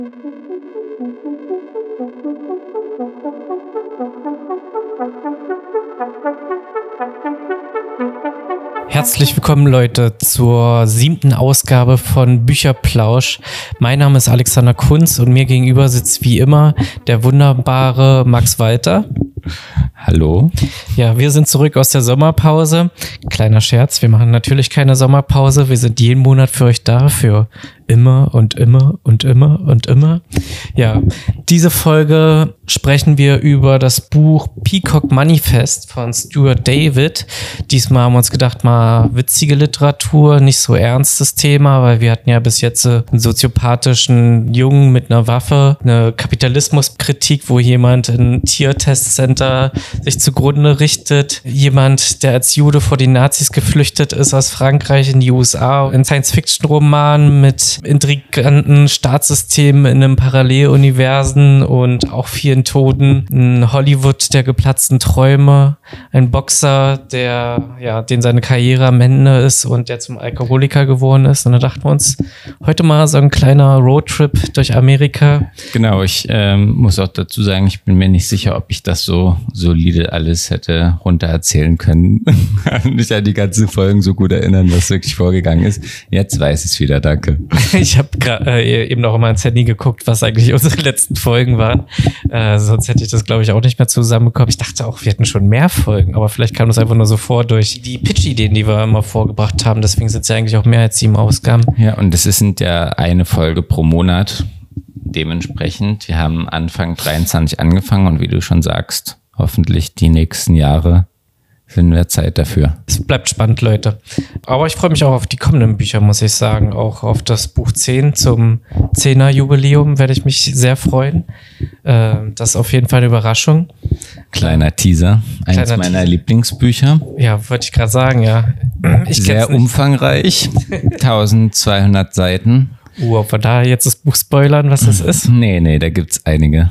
Herzlich willkommen, Leute, zur 7. Ausgabe von Bücherplausch. Mein Name ist Alexander Kunz und mir gegenüber sitzt wie immer der wunderbare Max Walter. Hallo. Ja, wir sind zurück aus der Sommerpause. Kleiner Scherz, wir machen natürlich keine Sommerpause. Wir sind jeden Monat für euch da, für immer und immer und immer und immer. Ja, diese Folge sprechen wir über das Buch Peacock Manifest von Stuart David. Diesmal haben wir uns gedacht, mal witzige Literatur, nicht so ernstes Thema, weil wir hatten ja bis jetzt einen soziopathischen Jungen mit einer Waffe, eine Kapitalismuskritik, wo jemand in Tiertestcenter sich zugrunde richtet, jemand, der als Jude vor die Nazis geflüchtet ist aus Frankreich in die USA, ein Science-Fiction-Roman mit intriganten Staatssystemen in einem Paralleluniversen und auch vielen Toten, ein Hollywood der geplatzten Träume, ein Boxer, den seine Karriere am Ende ist und der zum Alkoholiker geworden ist. Und da dachten wir uns, heute mal so ein kleiner Roadtrip durch Amerika. Genau, ich muss auch dazu sagen, ich bin mir nicht sicher, ob ich das so solide alles hätte runtererzählen können. Nicht an die ganzen Folgen so gut erinnern, was wirklich vorgegangen ist. Jetzt weiß ich es wieder, danke. Ich habe eben noch mal ins Handy geguckt, was eigentlich unsere letzten Folgen waren. Sonst hätte ich das, glaube ich, auch nicht mehr zusammenbekommen. Ich dachte auch, wir hätten schon mehr Folgen, aber vielleicht kam das einfach nur so vor durch die Pitch-Ideen, die wir immer vorgebracht haben. Deswegen sind es ja eigentlich auch mehr als 7 Ausgaben. Ja, und es sind ja eine Folge pro Monat. Dementsprechend, wir haben Anfang 23 angefangen und wie du schon sagst, hoffentlich die nächsten Jahre finden wir Zeit dafür. Es bleibt spannend, Leute. Aber ich freue mich auch auf die kommenden Bücher, muss ich sagen. Auch auf das Buch 10 zum 10er-Jubiläum werde ich mich sehr freuen. Das ist auf jeden Fall eine Überraschung. Kleiner Teaser. Eines meiner Lieblingsbücher. Ja, wollte ich gerade sagen, ja. Sehr umfangreich. 1200 Seiten. Ob wir da jetzt das Buch spoilern, was das ist? Nee, da gibt's einige.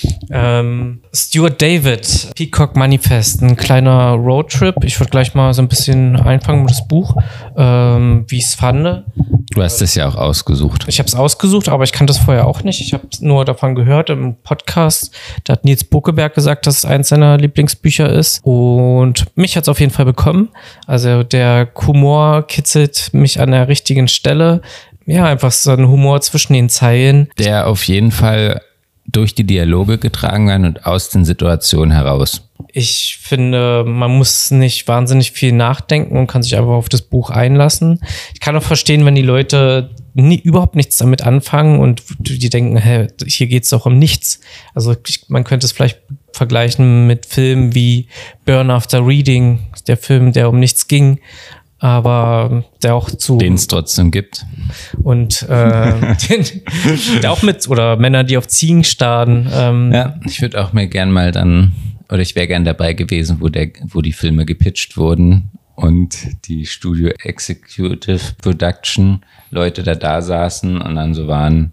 Stuart David, Peacock Manifest, ein kleiner Roadtrip. Ich würde gleich mal so ein bisschen einfangen mit das Buch, wie ich es fand. Du hast es ja auch ausgesucht. Ich habe es ausgesucht, aber ich kannte es vorher auch nicht. Ich habe nur davon gehört im Podcast. Da hat Nils Buckeberg gesagt, dass es eins seiner Lieblingsbücher ist. Und mich hat es auf jeden Fall bekommen. Also der Humor kitzelt mich an der richtigen Stelle. Ja, einfach so ein Humor zwischen den Zeilen. Der auf jeden Fall durch die Dialoge getragen werden und aus den Situationen heraus. Ich finde, man muss nicht wahnsinnig viel nachdenken und kann sich einfach auf das Buch einlassen. Ich kann auch verstehen, wenn die Leute überhaupt nichts damit anfangen und die denken, hier geht's doch um nichts. Also man könnte es vielleicht vergleichen mit Filmen wie Burn After Reading, der Film, der um nichts ging, aber der auch den es trotzdem gibt. Und der auch oder Männer, die auf Ziegen starren. Ja, ich würde auch mir gern mal ich wäre gern dabei gewesen, wo die Filme gepitcht wurden und die Studio Executive Production Leute da saßen und dann so waren,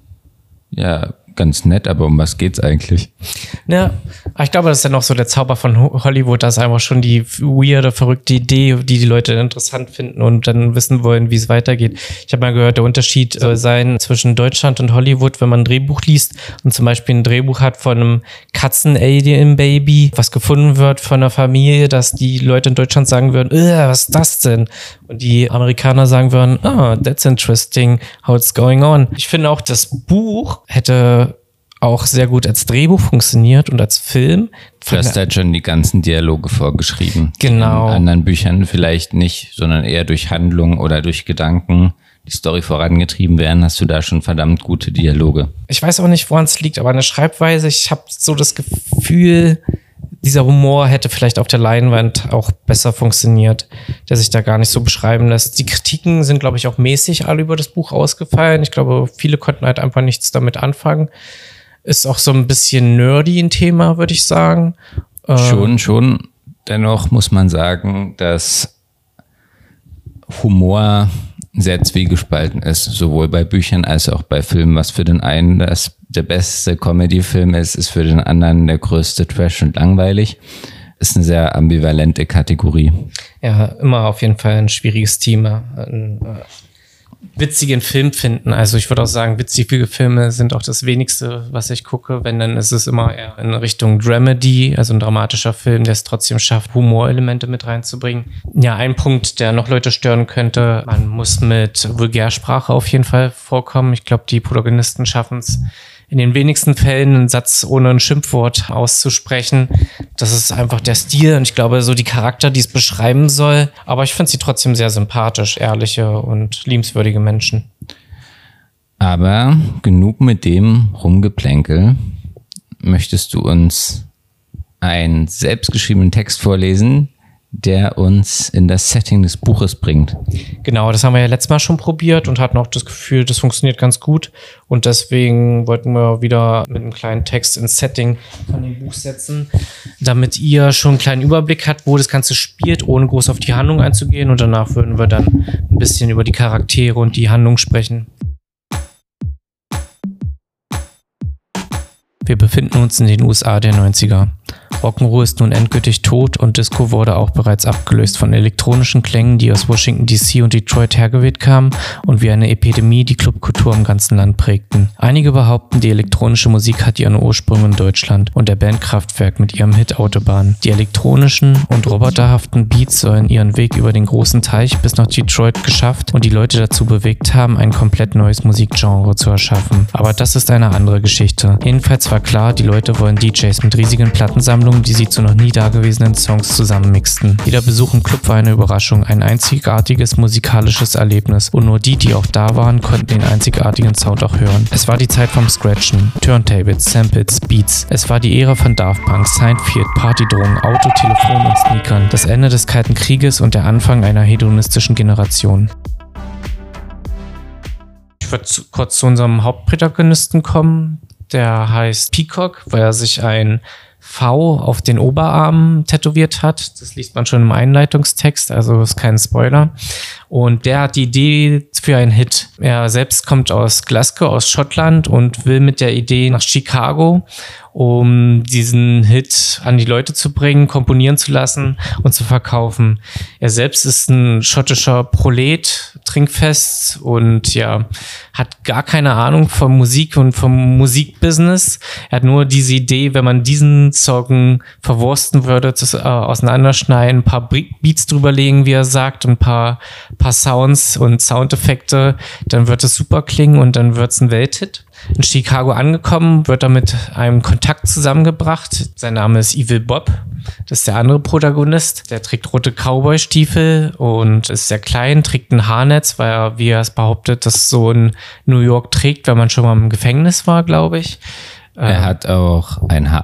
ja, ganz nett, aber um was geht's eigentlich? Ja, ich glaube, das ist ja noch so der Zauber von Hollywood, dass einfach schon die weirde, verrückte Idee, die Leute interessant finden und dann wissen wollen, wie es weitergeht. Ich habe mal gehört, der Unterschied soll sein zwischen Deutschland und Hollywood, wenn man ein Drehbuch liest und zum Beispiel ein Drehbuch hat von einem Katzen-Alien-Baby, was gefunden wird von einer Familie, dass die Leute in Deutschland sagen würden, was ist das denn? Und die Amerikaner sagen würden, that's interesting, how it's going on. Ich finde auch, das Buch hätte auch sehr gut als Drehbuch funktioniert und als Film. Du hast halt schon die ganzen Dialoge vorgeschrieben. Genau. In anderen Büchern vielleicht nicht, sondern eher durch Handlung oder durch Gedanken die Story vorangetrieben werden, hast du da schon verdammt gute Dialoge. Ich weiß auch nicht, woran es liegt, aber eine Schreibweise, ich habe so das Gefühl, dieser Humor hätte vielleicht auf der Leinwand auch besser funktioniert, der sich da gar nicht so beschreiben lässt. Die Kritiken sind, glaube ich, auch mäßig alle über das Buch ausgefallen. Ich glaube, viele konnten halt einfach nichts damit anfangen. Ist auch so ein bisschen nerdy ein Thema, würde ich sagen. Schon. Dennoch muss man sagen, dass Humor sehr zwiegespalten ist, sowohl bei Büchern als auch bei Filmen. Was für den einen der beste Comedy-Film ist für den anderen der größte Trash und langweilig. Ist eine sehr ambivalente Kategorie. Ja, immer auf jeden Fall ein schwieriges Thema. witzigen Film finden. Also ich würde auch sagen, witzige Filme sind auch das wenigste, was ich gucke. Wenn, dann ist es immer eher in Richtung Dramedy, also ein dramatischer Film, der es trotzdem schafft, Humorelemente mit reinzubringen. Ja, ein Punkt, der noch Leute stören könnte, man muss mit Vulgärsprache auf jeden Fall vorkommen. Ich glaube, die Protagonisten schaffen es in den wenigsten Fällen, einen Satz ohne ein Schimpfwort auszusprechen. Das ist einfach der Stil und ich glaube, so die Charakter, die es beschreiben soll. Aber ich finde sie trotzdem sehr sympathisch, ehrliche und liebenswürdige Menschen. Aber genug mit dem Rumgeplänkel. Möchtest du uns einen selbstgeschriebenen Text vorlesen, der uns in das Setting des Buches bringt? Genau, das haben wir ja letztes Mal schon probiert und hatten auch das Gefühl, das funktioniert ganz gut. Und deswegen wollten wir wieder mit einem kleinen Text ins Setting von dem Buch setzen, damit ihr schon einen kleinen Überblick habt, wo das Ganze spielt, ohne groß auf die Handlung einzugehen. Und danach würden wir dann ein bisschen über die Charaktere und die Handlung sprechen. Wir befinden uns in den USA der 90er. Rock'n'Roll ist nun endgültig tot und Disco wurde auch bereits abgelöst von elektronischen Klängen, die aus Washington DC und Detroit hergeweht kamen und wie eine Epidemie die Clubkultur im ganzen Land prägten. Einige behaupten, die elektronische Musik hat ihren Ursprung in Deutschland und der Band Kraftwerk mit ihrem Hit Autobahn. Die elektronischen und roboterhaften Beats sollen ihren Weg über den großen Teich bis nach Detroit geschafft und die Leute dazu bewegt haben, ein komplett neues Musikgenre zu erschaffen. Aber das ist eine andere Geschichte. Jedenfalls war klar, die Leute wollen DJs mit riesigen Plattensammlungen, die sie zu noch nie dagewesenen Songs zusammenmixten. Jeder Besuch im Club war eine Überraschung, ein einzigartiges musikalisches Erlebnis und nur die, die auch da waren, konnten den einzigartigen Sound auch hören. Es war die Zeit vom Scratchen, Turntables, Samples, Beats. Es war die Ära von Daft Punk, Seinfeld, Partydrogen, Auto, Telefon und Sneakern. Das Ende des Kalten Krieges und der Anfang einer hedonistischen Generation. Ich würde kurz zu unserem Hauptprotagonisten kommen. Der heißt Peacock, weil er sich ein V auf den Oberarm tätowiert hat. Das liest man schon im Einleitungstext, also ist kein Spoiler. Und der hat die Idee für einen Hit. Er selbst kommt aus Glasgow, aus Schottland und will mit der Idee nach Chicago, um diesen Hit an die Leute zu bringen, komponieren zu lassen und zu verkaufen. Er selbst ist ein schottischer Prolet, trinkfest und ja, hat gar keine Ahnung von Musik und vom Musikbusiness. Er hat nur diese Idee, wenn man diesen Song verwursten würde, auseinanderschneiden, ein paar Beats drüberlegen, wie er sagt, ein paar Sounds und Soundeffekte, dann wird es super klingen und dann wird es ein Welthit. In Chicago angekommen, wird er mit einem Kontakt zusammengebracht. Sein Name ist Evil Bob. Das ist der andere Protagonist. Der trägt rote Cowboy-Stiefel und ist sehr klein, trägt ein Haarnetz, weil er, wie er es behauptet, das so in New York trägt, wenn man schon mal im Gefängnis war, glaube ich. Er hat auch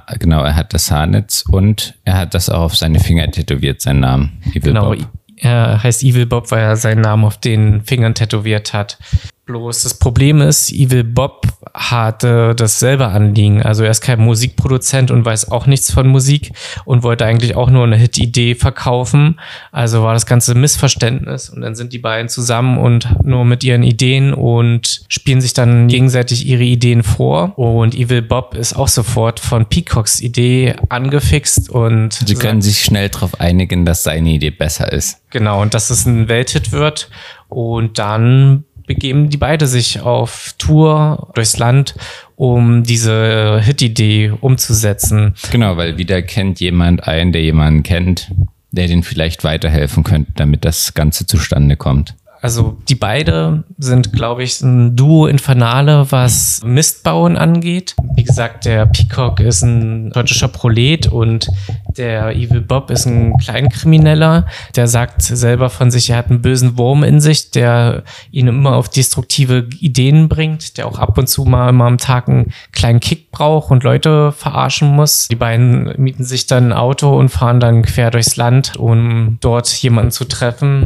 er hat das Haarnetz und er hat das auch auf seine Finger tätowiert, seinen Namen. Evil Bob. Er heißt Evil Bob, weil er seinen Namen auf den Fingern tätowiert hat. Bloß das Problem ist, Evil Bob hatte dasselbe Anliegen. Also er ist kein Musikproduzent und weiß auch nichts von Musik und wollte eigentlich auch nur eine Hit-Idee verkaufen. Also war das ganze Missverständnis und dann sind die beiden zusammen und nur mit ihren Ideen und spielen sich dann gegenseitig ihre Ideen vor. Und Evil Bob ist auch sofort von Peacocks Idee angefixt und sie können sich schnell darauf einigen, dass seine Idee besser ist. Genau, und dass es ein Welthit wird und dann begeben die beide sich auf Tour durchs Land, um diese Hit-Idee umzusetzen. Genau, weil wieder kennt jemand einen, der jemanden kennt, der den vielleicht weiterhelfen könnte, damit das Ganze zustande kommt. Also die beide sind, glaube ich, ein Duo Infernale, was Mistbauen angeht. Wie gesagt, der Peacock ist ein schottischer Prolet und der Evil Bob ist ein Kleinkrimineller. Der sagt selber von sich, er hat einen bösen Wurm in sich, der ihn immer auf destruktive Ideen bringt, der auch ab und zu mal immer am Tag einen kleinen Kick braucht und Leute verarschen muss. Die beiden mieten sich dann ein Auto und fahren dann quer durchs Land, um dort jemanden zu treffen,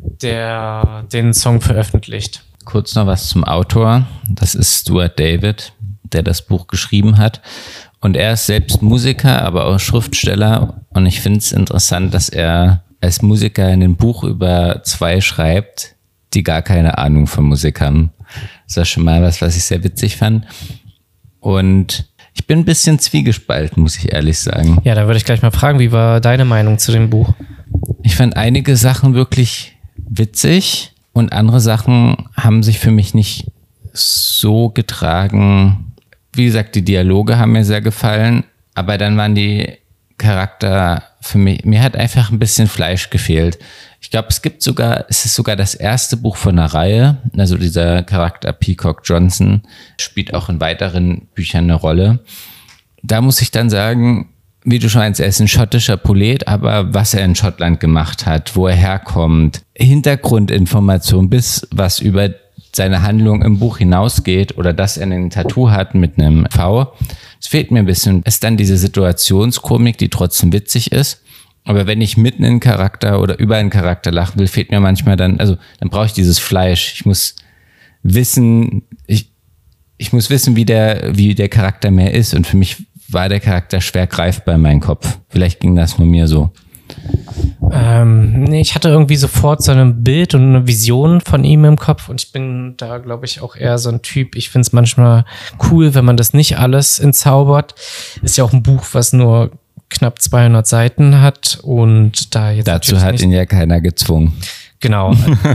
der den Song veröffentlicht. Kurz noch was zum Autor. Das ist Stuart David, der das Buch geschrieben hat. Und er ist selbst Musiker, aber auch Schriftsteller. Und ich finde es interessant, dass er als Musiker in einem Buch über zwei schreibt, die gar keine Ahnung von Musik haben. Das war schon mal was ich sehr witzig fand. Und ich bin ein bisschen zwiegespalten, muss ich ehrlich sagen. Ja, da würde ich gleich mal fragen, wie war deine Meinung zu dem Buch? Ich fand einige Sachen wirklich witzig, Und andere Sachen haben sich für mich nicht so getragen. Wie gesagt, die Dialoge haben mir sehr gefallen, aber dann waren die Charakter für mich, mir hat einfach ein bisschen Fleisch gefehlt. Ich glaube, es ist sogar das erste Buch von einer Reihe, also dieser Charakter Peacock Johnson spielt auch in weiteren Büchern eine Rolle. Da muss ich dann sagen, wie du schon meinst, er ist ein schottischer Poet, aber was er in Schottland gemacht hat, wo er herkommt, Hintergrundinformation bis was über seine Handlung im Buch hinausgeht oder dass er ein Tattoo hat mit einem V, es fehlt mir ein bisschen. Es ist dann diese Situationskomik, die trotzdem witzig ist. Aber wenn ich mitten in einen Charakter oder über einen Charakter lachen will, fehlt mir manchmal dann brauche ich dieses Fleisch. Ich muss wissen, wie der Charakter mehr ist. Und für mich war der Charakter schwer greifbar in meinem Kopf. Vielleicht ging das nur mir so. Ich hatte irgendwie sofort so ein Bild und eine Vision von ihm im Kopf und ich bin da, glaube ich, auch eher so ein Typ. Ich finde es manchmal cool, wenn man das nicht alles entzaubert. Ist ja auch ein Buch, was nur knapp 200 Seiten hat und da jetzt dazu hat ihn ja keiner gezwungen. Genau.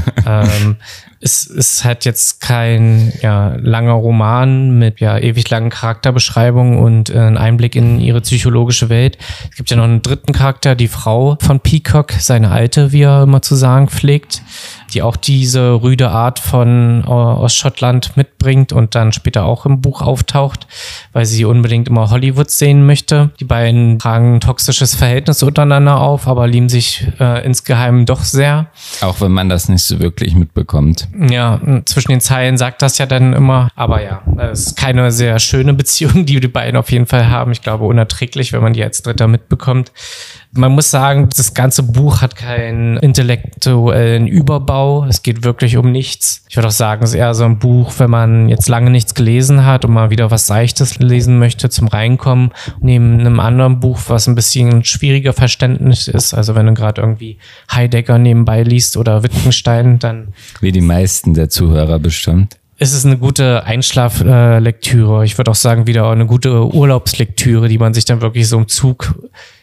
Es ist halt jetzt kein langer Roman mit ewig langen Charakterbeschreibungen und ein Einblick in ihre psychologische Welt. Es gibt ja noch einen dritten Charakter, die Frau von Peacock, seine Alte, wie er immer zu sagen pflegt, die auch diese rüde Art aus Schottland mitbringt und dann später auch im Buch auftaucht, weil sie unbedingt immer Hollywood sehen möchte. Die beiden tragen ein toxisches Verhältnis untereinander auf, aber lieben sich insgeheim doch sehr. Auch wenn man das nicht so wirklich mitbekommt. Ja, zwischen den Zeilen sagt das ja dann immer, aber es ist keine sehr schöne Beziehung, die beiden auf jeden Fall haben. Ich glaube, unerträglich, wenn man die als Dritter mitbekommt. Man muss sagen, das ganze Buch hat keinen intellektuellen Überbau. Es geht wirklich um nichts. Ich würde auch sagen, es ist eher so ein Buch, wenn man jetzt lange nichts gelesen hat und mal wieder was Seichtes lesen möchte zum Reinkommen. Neben einem anderen Buch, was ein bisschen schwieriger Verständnis ist. Also wenn du gerade irgendwie Heidegger nebenbei liest oder Wittgenstein, dann... Wie die meisten der Zuhörer bestimmt. Es ist eine gute Einschlaflektüre. Ich würde auch sagen, wieder eine gute Urlaubslektüre, die man sich dann wirklich so im Zug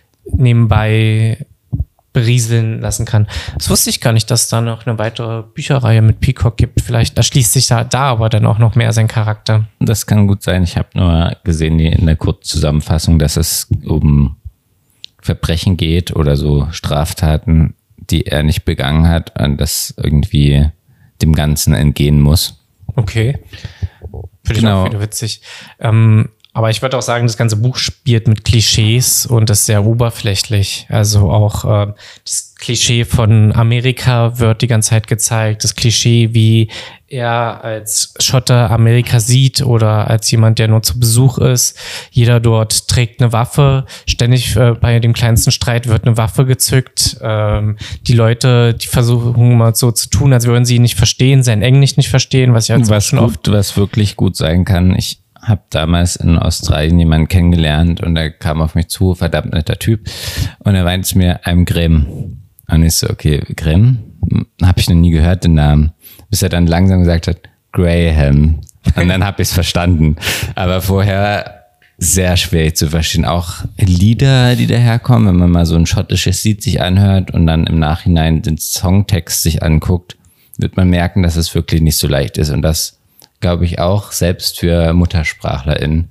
nebenbei berieseln lassen kann. Das wusste ich gar nicht, dass da noch eine weitere Bücherreihe mit Peacock gibt. Vielleicht erschließt sich da aber dann auch noch mehr sein Charakter. Das kann gut sein. Ich habe nur gesehen in der Kurzzusammenfassung, dass es um Verbrechen geht oder so Straftaten, die er nicht begangen hat und das irgendwie dem Ganzen entgehen muss. Okay. Finde ich auch wieder witzig. Aber ich würde auch sagen, das ganze Buch spielt mit Klischees und ist sehr oberflächlich. Also auch das Klischee von Amerika wird die ganze Zeit gezeigt. Das Klischee, wie er als Schotte Amerika sieht oder als jemand, der nur zu Besuch ist. Jeder dort trägt eine Waffe. Ständig bei dem kleinsten Streit wird eine Waffe gezückt. Die Leute, die versuchen mal so zu tun, als würden sie ihn nicht verstehen, sein Englisch nicht verstehen, was ja was wirklich gut sein kann. Ich habe damals in Australien jemanden kennengelernt und er kam auf mich zu, verdammt netter Typ. Und er meinte mir, I'm Graham. Und ich so, okay, Graham? Habe ich noch nie gehört, den Namen. Bis er dann langsam gesagt hat, Graham. Und dann habe ich es verstanden. Aber vorher sehr schwierig zu verstehen. Auch Lieder, die daherkommen, wenn man mal so ein schottisches Lied sich anhört und dann im Nachhinein den Songtext sich anguckt, wird man merken, dass es wirklich nicht so leicht ist. Und das glaube ich auch, selbst für MuttersprachlerInnen,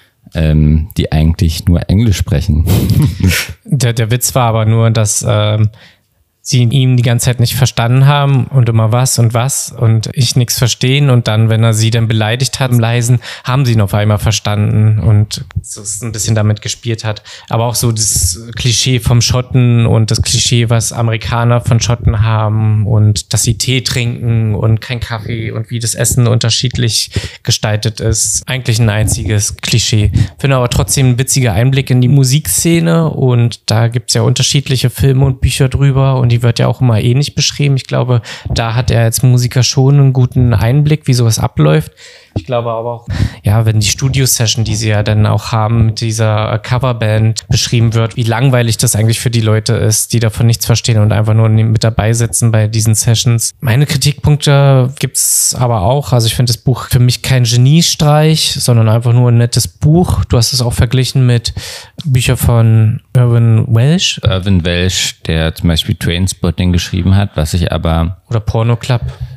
die eigentlich nur Englisch sprechen. Der Witz war aber nur, dass sie ihn die ganze Zeit nicht verstanden haben und immer was und ich nichts verstehen und dann, wenn er sie dann beleidigt hat im Leisen, haben sie ihn auf einmal verstanden und so ein bisschen damit gespielt hat. Aber auch so das Klischee vom Schotten und das Klischee, was Amerikaner von Schotten haben und dass sie Tee trinken und kein Kaffee und wie das Essen unterschiedlich gestaltet ist. Eigentlich ein einziges Klischee. Finde aber trotzdem ein witziger Einblick in die Musikszene und da gibt's ja unterschiedliche Filme und Bücher drüber und die wird ja auch immer ähnlich beschrieben. Ich glaube, da hat er als Musiker schon einen guten Einblick, wie sowas abläuft. Ich glaube aber auch, wenn die Studio-Session, die sie ja dann auch haben, mit dieser Coverband beschrieben wird, wie langweilig das eigentlich für die Leute ist, die davon nichts verstehen und einfach nur mit dabei sitzen bei diesen Sessions. Meine Kritikpunkte gibt's aber auch. Also ich finde das Buch für mich kein Geniestreich, sondern einfach nur ein nettes Buch. Du hast es auch verglichen mit Büchern von Irvine Welsh. Irvine Welsh, der zum Beispiel Trainspotting geschrieben hat, was ich aber... Oder Porno Club.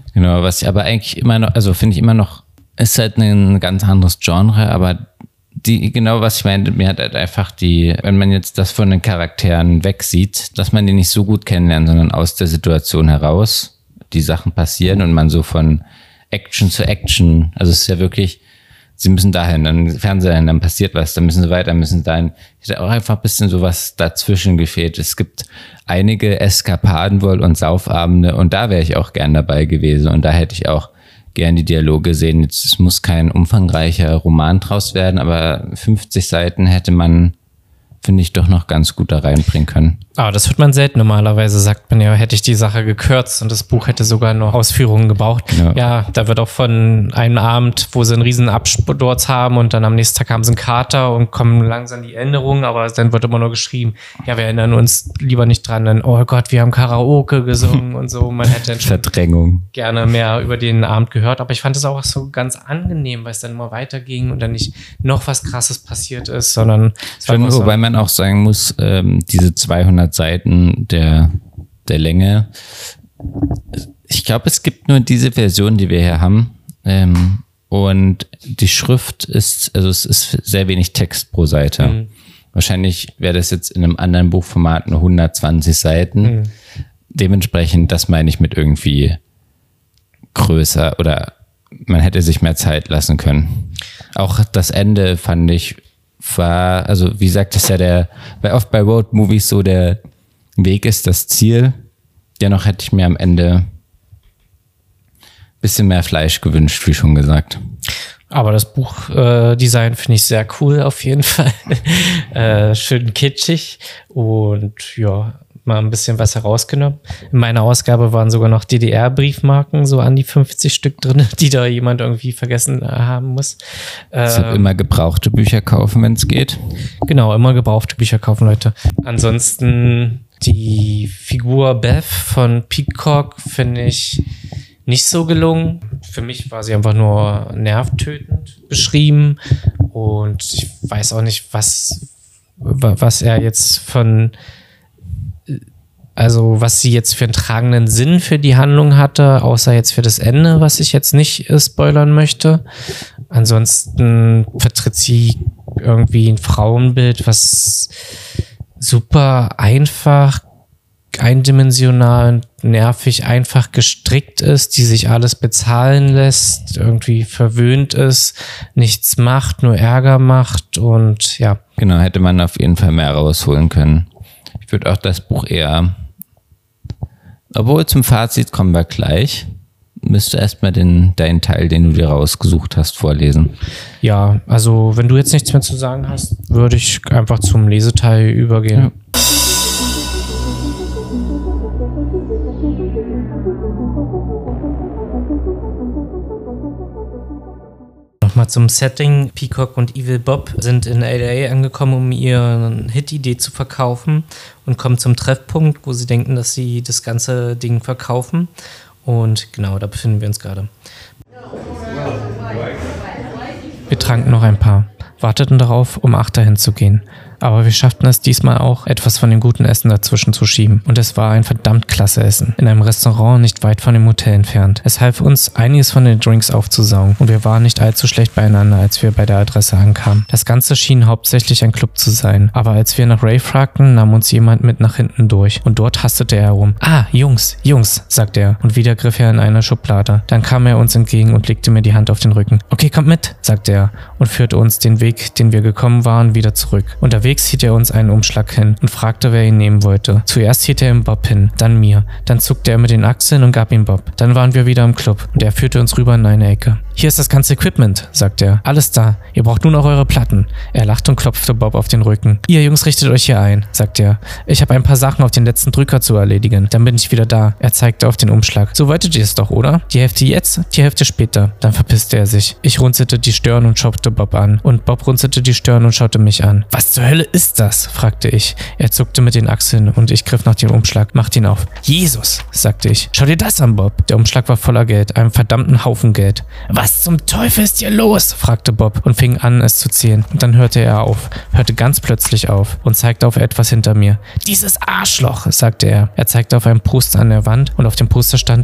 Genau, was ich aber eigentlich immer noch, also finde ich immer noch, ist halt ein ganz anderes Genre, aber genau was ich meine, mir hat halt einfach wenn man jetzt das von den Charakteren wegsieht, dass man die nicht so gut kennenlernt, sondern aus der Situation heraus die Sachen passieren und man so von Action zu Action, also es ist ja wirklich, sie müssen dahin, dann Fernseher hin, dann passiert was, dann müssen sie weiter, müssen dahin. Ich hätte auch einfach ein bisschen sowas dazwischen gefehlt. Es gibt einige Eskapaden wohl und Saufabende und da wäre ich auch gern dabei gewesen und da hätte ich auch gern die Dialoge sehen. Jetzt, es muss kein umfangreicher Roman draus werden, aber 50 Seiten hätte man, finde ich, doch noch ganz gut da reinbringen können. Aber das hört man selten. Normalerweise sagt man ja, hätte ich die Sache gekürzt und das Buch hätte sogar noch Ausführungen gebraucht. Genau. Ja, da wird auch von einem Abend, wo sie einen riesen Absturz haben und dann am nächsten Tag haben sie einen Kater und kommen langsam die Erinnerungen, aber dann wird immer nur geschrieben, ja, wir erinnern uns lieber nicht dran, denn oh Gott, wir haben Karaoke gesungen und so. Man hätte dann schon Verdrängung. Gerne mehr über den Abend gehört, aber ich fand es auch so ganz angenehm, weil es dann immer weiterging und dann nicht noch was Krasses passiert ist, sondern wobei man auch sagen muss, diese 200 Seiten der Länge, ich glaube, es gibt nur diese Version, die wir hier haben, und die Schrift ist, also es ist sehr wenig Text pro Seite. Mhm. Wahrscheinlich wäre das jetzt in einem anderen Buchformat nur 120 Seiten. Mhm. Dementsprechend, das meine ich mit irgendwie größer oder man hätte sich mehr Zeit lassen können. Auch das Ende fand ich also wie sagt es ja oft bei Road-Movies so, der Weg ist das Ziel. Dennoch hätte ich mir am Ende ein bisschen mehr Fleisch gewünscht, wie schon gesagt. Aber das Buchdesign finde ich sehr cool auf jeden Fall. Schön kitschig und ja, mal ein bisschen was herausgenommen. In meiner Ausgabe waren sogar noch DDR-Briefmarken, so an die 50 Stück drin, die da jemand irgendwie vergessen haben muss. Deshalb immer gebrauchte Bücher kaufen, wenn es geht. Genau, immer gebrauchte Bücher kaufen, Leute. Ansonsten die Figur Beth von Peacock finde ich nicht so gelungen. Für mich war sie einfach nur nervtötend beschrieben und ich weiß auch nicht, was er jetzt was sie jetzt für einen tragenden Sinn für die Handlung hatte, außer jetzt für das Ende, was ich jetzt nicht spoilern möchte. Ansonsten vertritt sie irgendwie ein Frauenbild, was super einfach, eindimensional, nervig, einfach gestrickt ist, die sich alles bezahlen lässt, irgendwie verwöhnt ist, nichts macht, nur Ärger macht und ja. Genau, hätte man auf jeden Fall mehr rausholen können. Ich würde auch das Buch eher, obwohl zum Fazit kommen wir gleich, müsste erstmal deinen Teil, den du dir rausgesucht hast, vorlesen. Ja, also wenn du jetzt nichts mehr zu sagen hast, würde ich einfach zum Leseteil übergehen. Ja. Nochmal zum Setting. Peacock und Evil Bob sind in LA angekommen, um ihre Hit-Idee zu verkaufen und kommen zum Treffpunkt, wo sie denken, dass sie das ganze Ding verkaufen. Und genau, da befinden wir uns gerade. Wir tranken noch ein paar, warteten darauf, um 8 dahin zu gehen. Aber wir schafften es diesmal auch, etwas von dem guten Essen dazwischen zu schieben. Und es war ein verdammt klasse Essen. In einem Restaurant nicht weit von dem Hotel entfernt. Es half uns, einiges von den Drinks aufzusaugen. Und wir waren nicht allzu schlecht beieinander, als wir bei der Adresse ankamen. Das Ganze schien hauptsächlich ein Club zu sein. Aber als wir nach Ray fragten, nahm uns jemand mit nach hinten durch. Und dort hastete er herum. Ah, Jungs, sagte er. Und wieder griff er in eine Schublade. Dann kam er uns entgegen und legte mir die Hand auf den Rücken. Okay, kommt mit, sagte er. Und führte uns den Weg, den wir gekommen waren, wieder zurück. Unterwegs hielt er uns einen Umschlag hin und fragte, wer ihn nehmen wollte. Zuerst hielt er ihm Bob hin, dann mir. Dann zuckte er mit den Achseln und gab ihm Bob. Dann waren wir wieder im Club und er führte uns rüber in eine Ecke. Hier ist das ganze Equipment, sagte er. Alles da. Ihr braucht nur noch eure Platten. Er lachte und klopfte Bob auf den Rücken. Ihr Jungs richtet euch hier ein, sagte er. Ich habe ein paar Sachen auf den letzten Drücker zu erledigen. Dann bin ich wieder da. Er zeigte auf den Umschlag. So wolltet ihr es doch, oder? Die Hälfte jetzt, die Hälfte später. Dann verpisste er sich. Ich runzelte die Stirn und schaute Bob an. Und Bob runzelte die Stirn und schaute mich an. Was zur Hölle ist das? Fragte ich. Er zuckte mit den Achseln und ich griff nach dem Umschlag. Macht ihn auf. Jesus, sagte ich. Schau dir das an, Bob. Der Umschlag war voller Geld. Einem verdammten Haufen Geld. Was zum Teufel ist hier los? Fragte Bob und fing an, es zu zählen. Und dann hörte er auf. Hörte ganz plötzlich auf und zeigte auf etwas hinter mir. Dieses Arschloch, sagte er. Er zeigte auf einen Poster an der Wand und auf dem Poster stand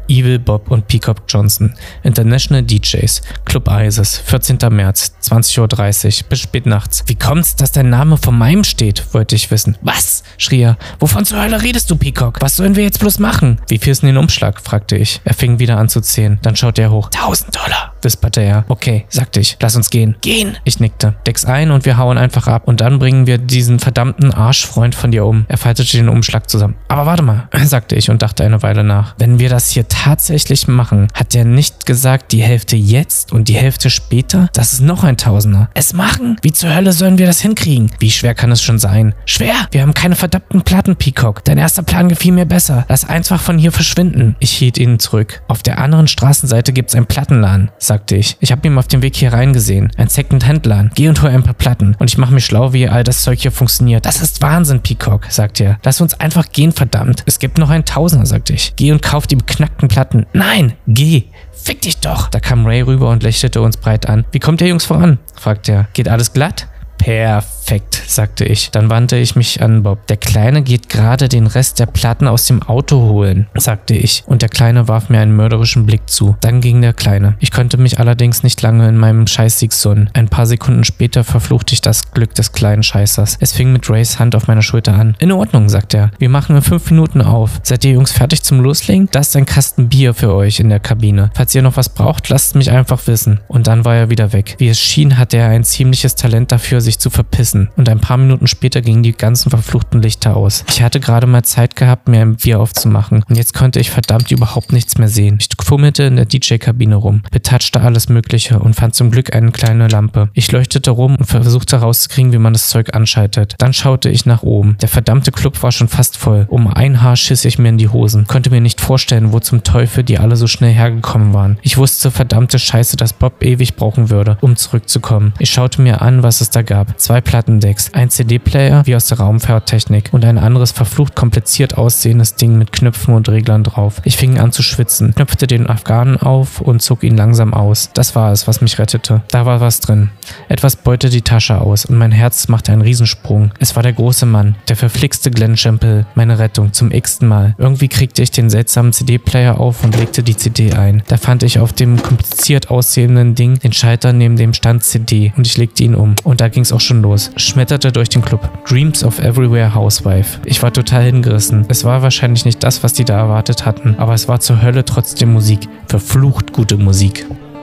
Evil Bob und Peacock Johnson. International DJs. Club Isis. 14. März. 20:30 Uhr. Bis spät nachts. Wie kommt's, dass dein Name vor meinem steht? Wollte ich wissen. Was? Schrie er. Wovon zur Hölle redest du, Peacock? Was sollen wir jetzt bloß machen? Wie viel ist denn den Umschlag? Fragte ich. Er fing wieder an zu zählen. Dann schaute er hoch. $1000, wisperte er. Okay, sagte ich. Lass uns gehen. Gehen! Ich nickte. Deck's ein und wir hauen einfach ab. Und dann bringen wir diesen verdammten Arschfreund von dir um. Er faltete den Umschlag zusammen. Aber warte mal, sagte ich und dachte eine Weile nach. Wenn wir das hier tatsächlich machen, hat der nicht gesagt, die Hälfte jetzt und die Hälfte später? Das ist noch ein Tausender. Es machen? Wie zur Hölle sollen wir das hinkriegen? Wie schwer kann es schon sein? Schwer! Wir haben keine verdammten Platten, Peacock. Dein erster Plan gefiel mir besser. Lass einfach von hier verschwinden. Ich hielt ihn zurück. Auf der anderen Straßenseite gibt's einen Plattenladen, sagte ich. Ich habe ihn auf dem Weg hier reingesehen. Ein Second-Hand-Laden. Geh und hol ein paar Platten. Und ich mache mir schlau, wie all das Zeug hier funktioniert. Das ist Wahnsinn, Peacock, sagte er. Lass uns einfach gehen, verdammt. Es gibt noch einen Tausender, sagte ich. Geh und kauf die beknackten Platten. Nein, geh. Fick dich doch. Da kam Ray rüber und lächelte uns breit an. Wie kommt ihr Jungs voran? Fragte er. Geht alles glatt? Perfekt, sagte ich. Dann wandte ich mich an Bob. Der Kleine geht gerade den Rest der Platten aus dem Auto holen, sagte ich. Und der Kleine warf mir einen mörderischen Blick zu. Dann ging der Kleine. Ich konnte mich allerdings nicht lange in meinem Scheißsieg sonnen. Ein paar Sekunden später verfluchte ich das Glück des kleinen Scheißers. Es fing mit Rays Hand auf meiner Schulter an. In Ordnung, sagte er. Wir machen in 5 Minuten auf. Seid ihr Jungs fertig zum Loslegen? Da ist ein Kasten Bier für euch in der Kabine. Falls ihr noch was braucht, lasst mich einfach wissen. Und dann war er wieder weg. Wie es schien, hatte er ein ziemliches Talent dafür, sich zu verpissen. Und ein paar Minuten später gingen die ganzen verfluchten Lichter aus. Ich hatte gerade mal Zeit gehabt, mir ein Bier aufzumachen. Und jetzt konnte ich verdammt überhaupt nichts mehr sehen. Ich fummelte in der DJ-Kabine rum, betatschte alles Mögliche und fand zum Glück eine kleine Lampe. Ich leuchtete rum und versuchte herauszukriegen, wie man das Zeug anschaltet. Dann schaute ich nach oben. Der verdammte Club war schon fast voll. Um ein Haar schiss ich mir in die Hosen. Konnte mir nicht vorstellen, wo zum Teufel die alle so schnell hergekommen waren. Ich wusste verdammte Scheiße, dass Bob ewig brauchen würde, um zurückzukommen. Ich schaute mir an, was es da gab. 2 Plattendecks, ein CD-Player wie aus der Raumfahrttechnik und ein anderes verflucht kompliziert aussehendes Ding mit Knöpfen und Reglern drauf. Ich fing an zu schwitzen, knöpfte den Afghanen auf und zog ihn langsam aus. Das war es, was mich rettete. Da war was drin. Etwas beute die Tasche aus und mein Herz machte einen Riesensprung. Es war der große Mann, der verflixte Glenn Champel, meine Rettung zum x-ten Mal. Irgendwie kriegte ich den seltsamen CD-Player auf und legte die CD ein. Da fand ich auf dem kompliziert aussehenden Ding den Schalter, neben dem stand CD und ich legte ihn um. Und da ging's auch schon los. Schmetterte durch den Club. Dreams of Everywhere Housewife. Ich war total hingerissen. Es war wahrscheinlich nicht das, was die da erwartet hatten, aber es war zur Hölle trotzdem Musik. Verflucht gute Musik.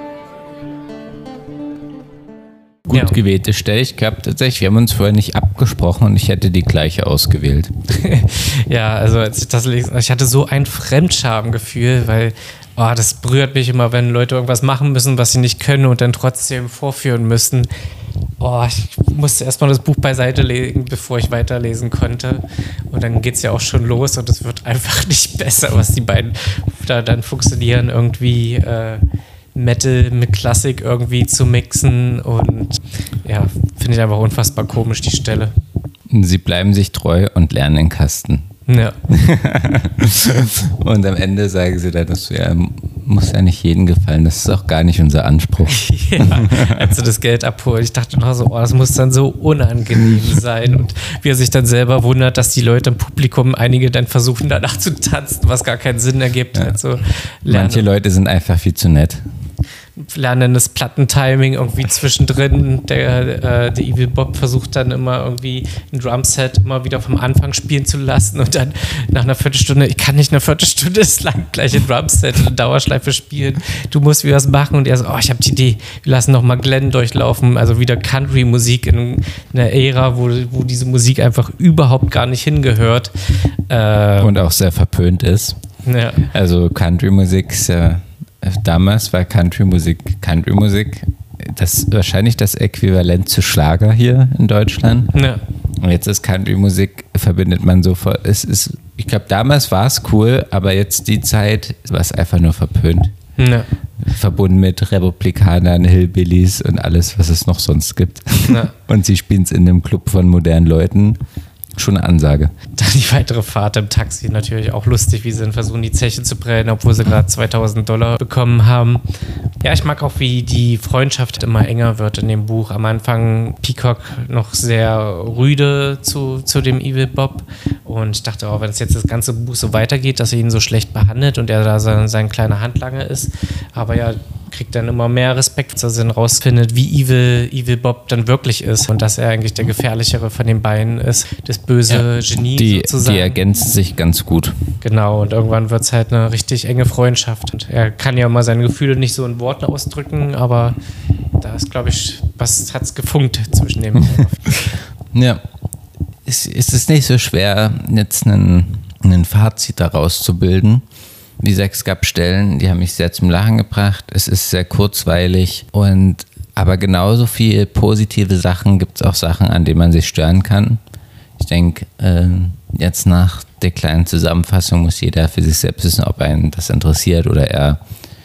Gut gewählte Stelle. Ich glaube tatsächlich, wir haben uns vorher nicht abgesprochen und ich hätte die gleiche ausgewählt. Ja, also als ich das lese, ich hatte so ein Fremdschamgefühl, weil das berührt mich immer, wenn Leute irgendwas machen müssen, was sie nicht können und dann trotzdem vorführen müssen. Ich musste erstmal das Buch beiseite legen, bevor ich weiterlesen konnte. Und dann geht es ja auch schon los und es wird einfach nicht besser, was die beiden da dann funktionieren, irgendwie Metal mit Klassik irgendwie zu mixen. Und ja, finde ich einfach unfassbar komisch, die Stelle. Sie bleiben sich treu und lernen den Kasten. Ja. Und am Ende sagen sie dann, das muss ja nicht jedem gefallen, das ist auch gar nicht unser Anspruch. Ja, als sie das Geld abholt. Ich dachte noch so, das muss dann so unangenehm sein. Und wie er sich dann selber wundert, dass die Leute im Publikum, einige dann versuchen danach zu tanzen, was gar keinen Sinn ergibt. Ja. Also, manche Leute sind einfach viel zu nett. Lernen das Plattentiming irgendwie zwischendrin. Der Evil Bob versucht dann immer irgendwie ein Drumset immer wieder vom Anfang spielen zu lassen und dann nach einer Viertelstunde, ich kann nicht eine Viertelstunde lang gleich ein Drumset in Dauerschleife spielen, du musst wieder was machen. Und er so, ich habe die Idee, wir lassen noch mal Glenn durchlaufen, also wieder Country-Musik in einer Ära, wo diese Musik einfach überhaupt gar nicht hingehört. Und auch sehr verpönt ist. Ja. Also Country-Musik ist ja... Damals war Country-Musik das wahrscheinlich das Äquivalent zu Schlager hier in Deutschland. Ja. Und jetzt ist Country-Musik, verbindet man sofort. Ich glaube, damals war es cool, aber jetzt die Zeit war es einfach nur verpönt. Ja. Verbunden mit Republikanern, Hillbillies und alles, was es noch sonst gibt. Ja. Und sie spielen es in einem Club von modernen Leuten. Schon eine Ansage. Dann die weitere Fahrt im Taxi, natürlich auch lustig, wie sie dann versuchen, die Zeche zu brennen, obwohl sie gerade $2000 bekommen haben. Ja, ich mag auch, wie die Freundschaft immer enger wird in dem Buch. Am Anfang Peacock noch sehr rüde zu dem Evil Bob. Und ich dachte auch, wenn es jetzt das ganze Buch so weitergeht, dass er ihn so schlecht behandelt und er da sein kleiner Handlanger ist. Aber ja, kriegt dann immer mehr Respekt, dass er dann rausfindet, wie evil Bob dann wirklich ist und dass er eigentlich der gefährlichere von den beiden ist, das böse Genie sozusagen. Die ergänzen sich ganz gut. Genau, und irgendwann wird es halt eine richtig enge Freundschaft. Und er kann ja mal seine Gefühle nicht so in Worten ausdrücken, aber da ist, glaube ich, was hat's gefunkt zwischen dem. Ja, es ist nicht so schwer, jetzt einen Fazit daraus zu bilden. Wie gesagt, es gab Stellen, die haben mich sehr zum Lachen gebracht. Es ist sehr kurzweilig aber genauso viele positive Sachen gibt es auch Sachen, an denen man sich stören kann. Ich denke, jetzt nach der kleinen Zusammenfassung muss jeder für sich selbst wissen, ob einen das interessiert oder er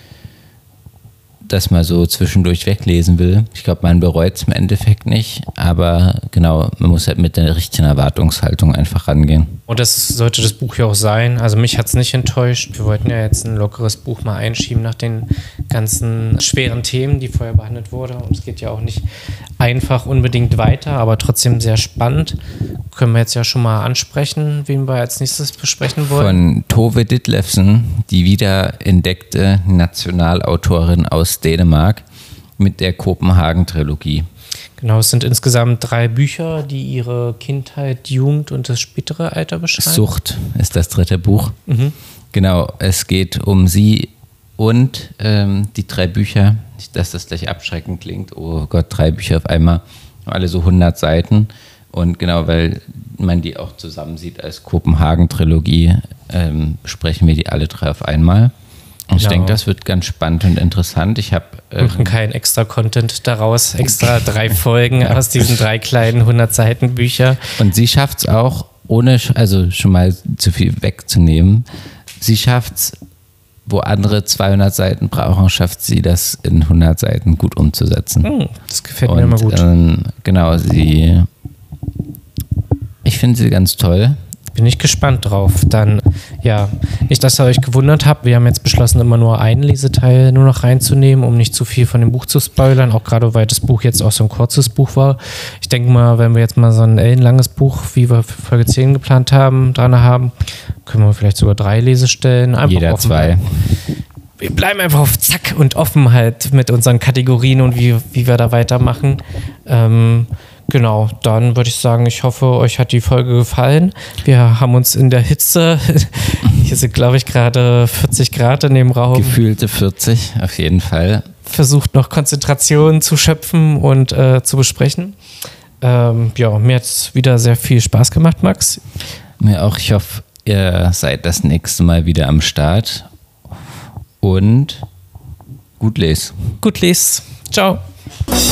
das mal so zwischendurch weglesen will. Ich glaube, man bereut es im Endeffekt nicht, aber genau, man muss halt mit der richtigen Erwartungshaltung einfach rangehen. Und das sollte das Buch ja auch sein. Also mich hat es nicht enttäuscht. Wir wollten ja jetzt ein lockeres Buch mal einschieben nach den ganzen schweren Themen, die vorher behandelt wurden. Und es geht ja auch nicht einfach unbedingt weiter, aber trotzdem sehr spannend. Können wir jetzt ja schon mal ansprechen, wen wir als nächstes besprechen wollen. Von Tove Ditlevsen, die wiederentdeckte Nationalautorin aus Dänemark mit der Kopenhagen-Trilogie. Genau, es sind insgesamt 3 Bücher, die ihre Kindheit, Jugend und das spätere Alter beschreiben. Sucht ist das 3. Buch. Mhm. Genau, es geht um sie und die 3 Bücher, nicht, dass das gleich abschreckend klingt, oh Gott, 3 Bücher auf einmal, alle so 100 Seiten. Und genau, weil man die auch zusammen sieht als Kopenhagen-Trilogie, besprechen wir die alle 3 auf einmal. Und ich denke, das wird ganz spannend und interessant. Wir machen keinen extra Content daraus, extra 3 Folgen aus diesen 3 kleinen 100-Seiten-Bücher. Und sie schafft es auch, ohne schon mal zu viel wegzunehmen, sie schafft es, wo andere 200 Seiten brauchen, schafft sie das in 100 Seiten gut umzusetzen. Das gefällt mir immer gut. Genau, ich finde sie ganz toll. Bin ich gespannt drauf. Dann, ja, nicht, dass ihr euch gewundert habt. Wir haben jetzt beschlossen, immer nur einen Leseteil nur noch reinzunehmen, um nicht zu viel von dem Buch zu spoilern. Auch gerade, weil das Buch jetzt auch so ein kurzes Buch war. Ich denke mal, wenn wir jetzt mal so ein ellenlanges Buch, wie wir für Folge 10 geplant haben, dran haben, können wir vielleicht sogar 3 Lesestellen. Einfach jeder 2. Wir bleiben einfach auf Zack und offen halt mit unseren Kategorien und wie wir da weitermachen. Genau, dann würde ich sagen, ich hoffe, euch hat die Folge gefallen. Wir haben uns in der Hitze, hier sind glaube ich gerade 40 Grad in dem Raum. Gefühlte 40, auf jeden Fall. Versucht noch Konzentration zu schöpfen und zu besprechen. Ja, mir hat es wieder sehr viel Spaß gemacht, Max. Mir auch, ich hoffe, ihr seid das nächste Mal wieder am Start. Und gut les. Gut les. Ciao.